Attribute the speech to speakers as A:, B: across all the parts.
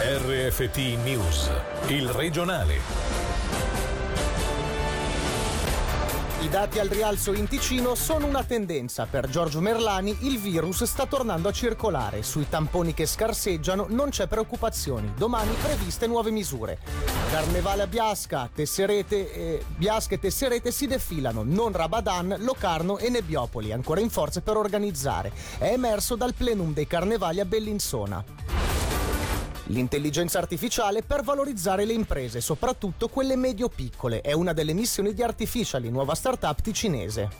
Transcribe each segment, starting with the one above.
A: RFT News, il regionale.
B: I dati al rialzo in Ticino sono una tendenza. Per Giorgio Merlani il virus sta tornando a circolare. Sui tamponi che scarseggiano non c'è preoccupazioni. Domani previste nuove misure. Carnevale a Biasca e Tesserete si defilano. Non Rabadan, Locarno e Nebbiopoli, ancora in forze per organizzare. È emerso dal plenum dei carnevali a Bellinzona. L'intelligenza artificiale per valorizzare le imprese, soprattutto quelle medio-piccole, è una delle missioni di Artificially, nuova startup ticinese.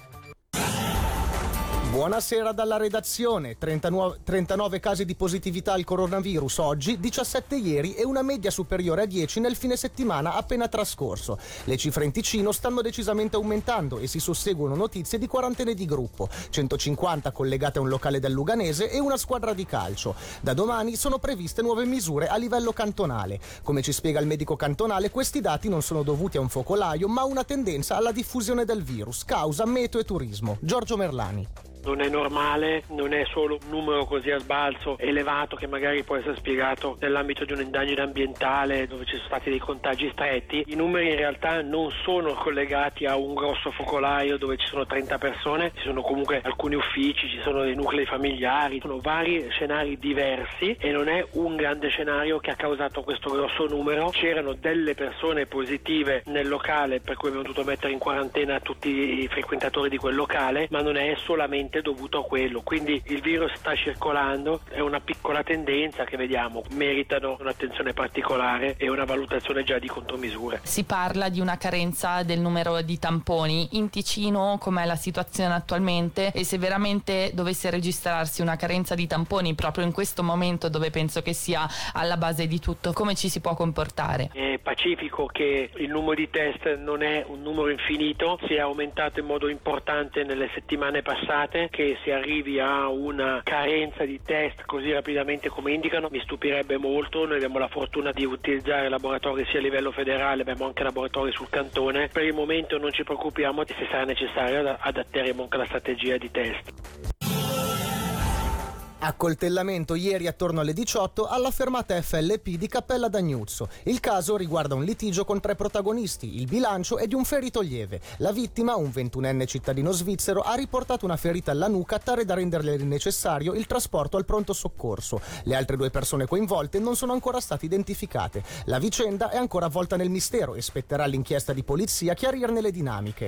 B: Buonasera dalla redazione. 39 casi di positività al coronavirus oggi, 17 ieri e una media superiore a 10 nel fine settimana appena trascorso. Le cifre in Ticino stanno decisamente aumentando e si susseguono notizie di quarantene di gruppo, 150 collegate a un locale del Luganese e una squadra di calcio. Da domani sono previste nuove misure a livello cantonale. Come ci spiega il medico cantonale, questi dati non sono dovuti a un focolaio, ma a una tendenza alla diffusione del virus, causa meteo e turismo. Giorgio Merlani.
C: Non è normale, non è solo un numero così a sbalzo elevato che magari può essere spiegato nell'ambito di un'indagine ambientale dove ci sono stati dei contagi stretti. I numeri in realtà non sono collegati a un grosso focolaio dove ci sono 30 persone, ci sono comunque alcuni uffici, ci sono dei nuclei familiari, sono vari scenari diversi e non è un grande scenario che ha causato questo grosso numero. C'erano delle persone positive nel locale per cui abbiamo dovuto mettere in quarantena tutti i frequentatori di quel locale, ma non è solamente dovuto a quello, quindi il virus sta circolando, è una piccola tendenza che vediamo, meritano un'attenzione particolare e una valutazione già di contromisure.
D: Si parla di una carenza del numero di tamponi. In Ticino com'è la situazione attualmente e se veramente dovesse registrarsi una carenza di tamponi proprio in questo momento dove penso che sia alla base di tutto, come ci si può comportare?
C: È pacifico che il numero di test non è un numero infinito, si è aumentato in modo importante nelle settimane passate. Che si arrivi a una carenza di test così rapidamente come indicano mi stupirebbe molto. Noi abbiamo la fortuna di utilizzare laboratori sia a livello federale, abbiamo anche laboratori sul cantone. Per il momento non ci preoccupiamo e se sarà necessario adatteremo anche la strategia di test.
B: Accoltellamento ieri attorno alle 18 alla fermata FLP di Cappella d'Agnuzzo. Il caso riguarda un litigio con 3 protagonisti. Il bilancio è di un ferito lieve. La vittima, un 21enne cittadino svizzero, ha riportato una ferita alla nuca tale da renderle necessario il trasporto al pronto soccorso. Le altre 2 persone coinvolte non sono ancora state identificate. La vicenda è ancora avvolta nel mistero e spetterà all'inchiesta di polizia chiarirne le dinamiche.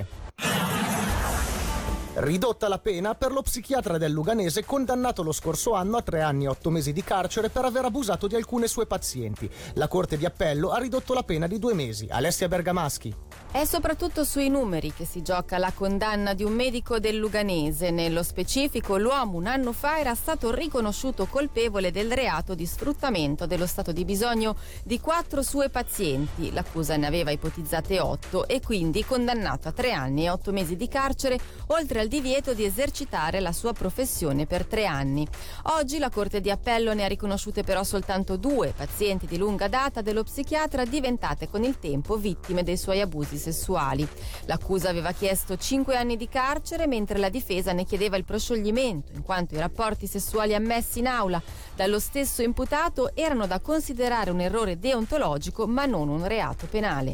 B: Ridotta la pena per lo psichiatra del Luganese condannato lo scorso anno a 3 anni e 8 mesi di carcere per aver abusato di alcune sue pazienti. La Corte di Appello ha ridotto la pena di 2 mesi. Alessia Bergamaschi.
E: È soprattutto sui numeri che si gioca la condanna di un medico del Luganese. Nello specifico, l'uomo un anno fa era stato riconosciuto colpevole del reato di sfruttamento dello stato di bisogno di 4 sue pazienti. L'accusa ne aveva ipotizzate 8 e quindi condannato a 3 anni e 8 mesi di carcere, oltre al divieto di esercitare la sua professione per 3 anni. Oggi la Corte di Appello ne ha riconosciute però soltanto 2 pazienti di lunga data dello psichiatra diventate con il tempo vittime dei suoi abusi sessuali. L'accusa aveva chiesto 5 anni di carcere, mentre la difesa ne chiedeva il proscioglimento, in quanto i rapporti sessuali ammessi in aula dallo stesso imputato erano da considerare un errore deontologico ma non un reato penale.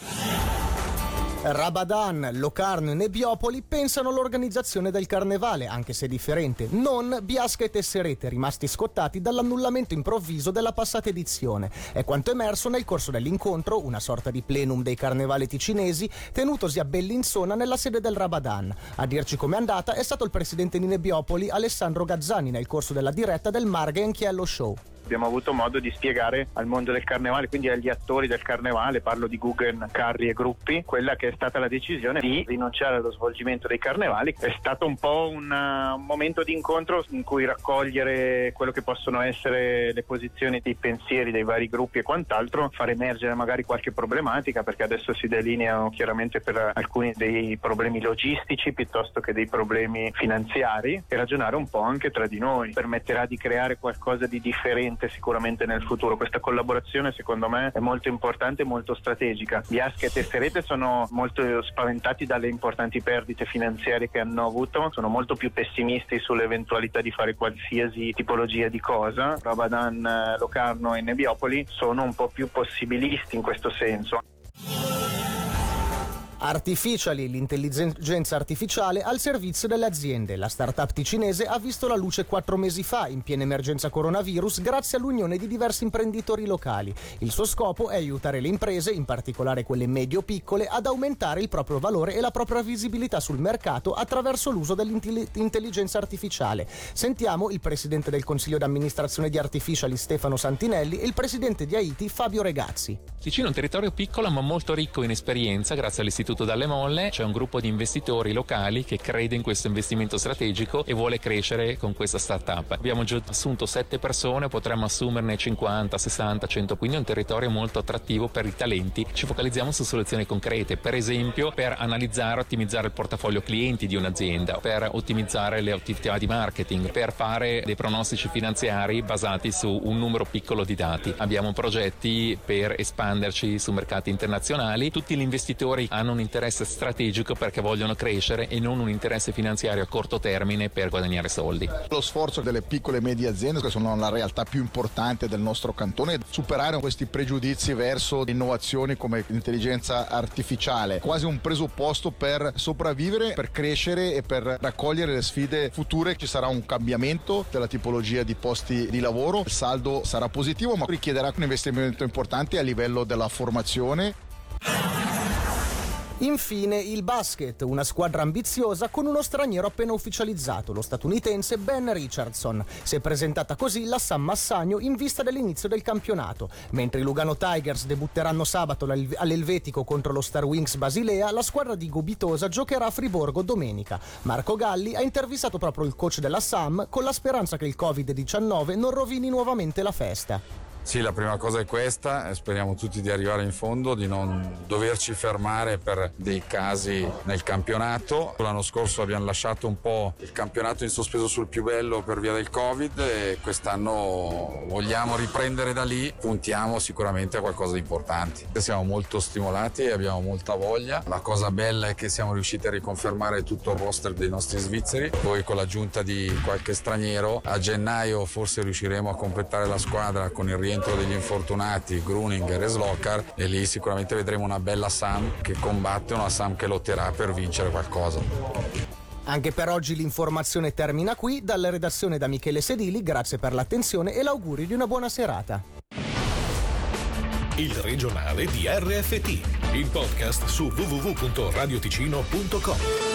B: Rabadan, Locarno e Nebbiopoli pensano all'organizzazione del carnevale, anche se differente. Non Biasca e Tesserete, rimasti scottati dall'annullamento improvviso della passata edizione. È quanto emerso nel corso dell'incontro, una sorta di plenum dei carnevali ticinesi, tenutosi a Bellinzona nella sede del Rabadan. A dirci com'è andata è stato il presidente di Nebbiopoli, Alessandro Gazzani, nel corso della diretta del Marghe Enchiello Show.
F: Abbiamo avuto modo di spiegare al mondo del carnevale, quindi agli attori del carnevale, parlo di Guggen, Carri e gruppi, quella che è stata la decisione di rinunciare allo svolgimento dei carnevali. È stato un po' un momento di incontro in cui raccogliere quello che possono essere le posizioni dei pensieri dei vari gruppi e quant'altro, far emergere magari qualche problematica, perché adesso si delineano chiaramente per alcuni dei problemi logistici piuttosto che dei problemi finanziari, e ragionare un po' anche tra di noi. Permetterà di creare qualcosa di differente presente sicuramente nel futuro. Questa collaborazione secondo me è molto importante e molto strategica. Biasca e Tesserete sono molto spaventati dalle importanti perdite finanziarie che hanno avuto, sono molto più pessimisti sull'eventualità di fare qualsiasi tipologia di cosa. Rabadan, Locarno e Nebbiopoli sono un po' più possibilisti in questo senso.
B: Artificially, l'intelligenza artificiale al servizio delle aziende. La startup ticinese ha visto la luce 4 mesi fa, in piena emergenza coronavirus, grazie all'unione di diversi imprenditori locali. Il suo scopo è aiutare le imprese, in particolare quelle medio-piccole, ad aumentare il proprio valore e la propria visibilità sul mercato attraverso l'uso dell'intelligenza artificiale. Sentiamo il presidente del consiglio d'amministrazione di Artificially, Stefano Santinelli, e il presidente di Haiti, Fabio Regazzi.
G: Ticino è un territorio piccolo ma molto ricco in esperienza grazie all'Istituto Dalle Molle. C'è un gruppo di investitori locali che crede in questo investimento strategico e vuole crescere con questa startup. Abbiamo già assunto 7 persone, potremmo assumerne 50, 60, 100, quindi è un territorio molto attrattivo per i talenti. Ci focalizziamo su soluzioni concrete, per esempio per analizzare e ottimizzare il portafoglio clienti di un'azienda, per ottimizzare le attività di marketing, per fare dei pronostici finanziari basati su un numero piccolo di dati. Abbiamo progetti per espanderci su mercati internazionali. Tutti gli investitori hanno un interesse strategico perché vogliono crescere e non un interesse finanziario a corto termine per guadagnare soldi.
H: Lo sforzo delle piccole e medie aziende, che sono la realtà più importante del nostro cantone, è superare questi pregiudizi verso innovazioni come l'intelligenza artificiale, quasi un presupposto per sopravvivere, per crescere e per raccogliere le sfide future. Ci sarà un cambiamento della tipologia di posti di lavoro, il saldo sarà positivo ma richiederà un investimento importante a livello della formazione.
B: Infine il basket, una squadra ambiziosa con uno straniero appena ufficializzato, lo statunitense Ben Richardson. Si è presentata così la San Massagno in vista dell'inizio del campionato. Mentre i Lugano Tigers debutteranno sabato all'Elvetico contro lo Star Wings Basilea, la squadra di Gubitosa giocherà a Friborgo domenica. Marco Galli ha intervistato proprio il coach della Sam con la speranza che il Covid-19 non rovini nuovamente la festa.
I: Sì, la prima cosa è questa, e speriamo tutti di arrivare in fondo, di non doverci fermare per dei casi nel campionato. L'anno scorso abbiamo lasciato un po' il campionato in sospeso sul più bello per via del Covid e quest'anno vogliamo riprendere da lì, puntiamo sicuramente a qualcosa di importante. Siamo molto stimolati e abbiamo molta voglia. La cosa bella è che siamo riusciti a riconfermare tutto il roster dei nostri svizzeri, poi con l'aggiunta di qualche straniero a gennaio forse riusciremo a completare la squadra con il rientro degli infortunati Gruninger e Slokar, e lì sicuramente vedremo una bella Sam che combatte, una Sam che lotterà per vincere qualcosa.
B: Anche per oggi l'informazione termina qui. Dalla redazione da Michele Sedili, grazie per l'attenzione e l'augurio di una buona serata.
A: Il regionale di RFT, il podcast su www.radioticino.com.